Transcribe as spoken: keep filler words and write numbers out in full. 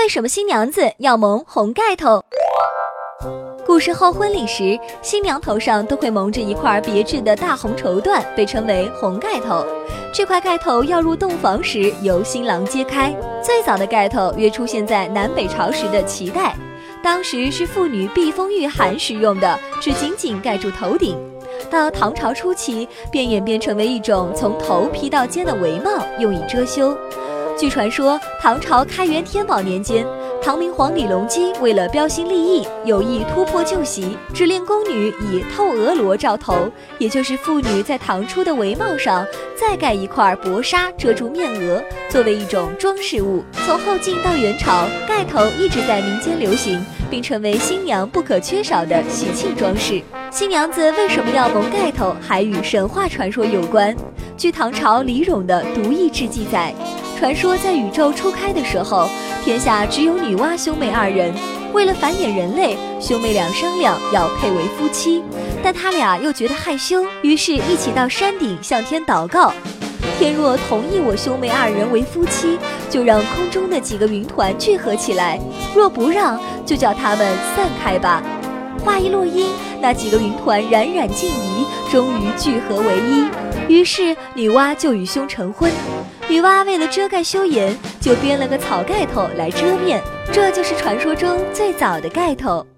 什么新娘子要蒙红盖头？古时候婚礼时，新娘头上都会蒙着一块别致的大红绸缎，被称为红盖头。这块盖头要入洞房时由新郎揭开。最早的盖头约出现在南北朝时的齐代，当时是妇女避风御寒时用的，只紧紧盖住头顶。到唐朝初期，便演变成为一种从头披到肩的帷帽，用以遮羞。据传说，唐朝开元天宝年间，唐明皇李隆基为了标新立异，有意突破旧习，指令宫女以透额罗罩头，也就是妇女在唐初的帷帽上再盖一块薄纱遮住面额，作为一种装饰物。从后晋到元朝，盖头一直在民间流行，并成为新娘不可缺少的喜庆装饰。新娘子为什么要蒙盖头，还与神话传说有关。据唐朝李咏的《独异志》记载，传说在宇宙初开的时候，天下只有女娲兄妹二人，为了繁衍人类，兄妹俩商量要配为夫妻，但他俩又觉得害羞，于是一起到山顶向天祷告，天若同意我兄妹二人为夫妻，就让空中的几个云团聚合起来，若不让，就叫他们散开吧。话一落音，那几个云团冉冉尽移，终于聚合为一。于是女娲就与兄成婚。女娲为了遮盖羞颜，就编了个草盖头来遮面，这就是传说中最早的盖头。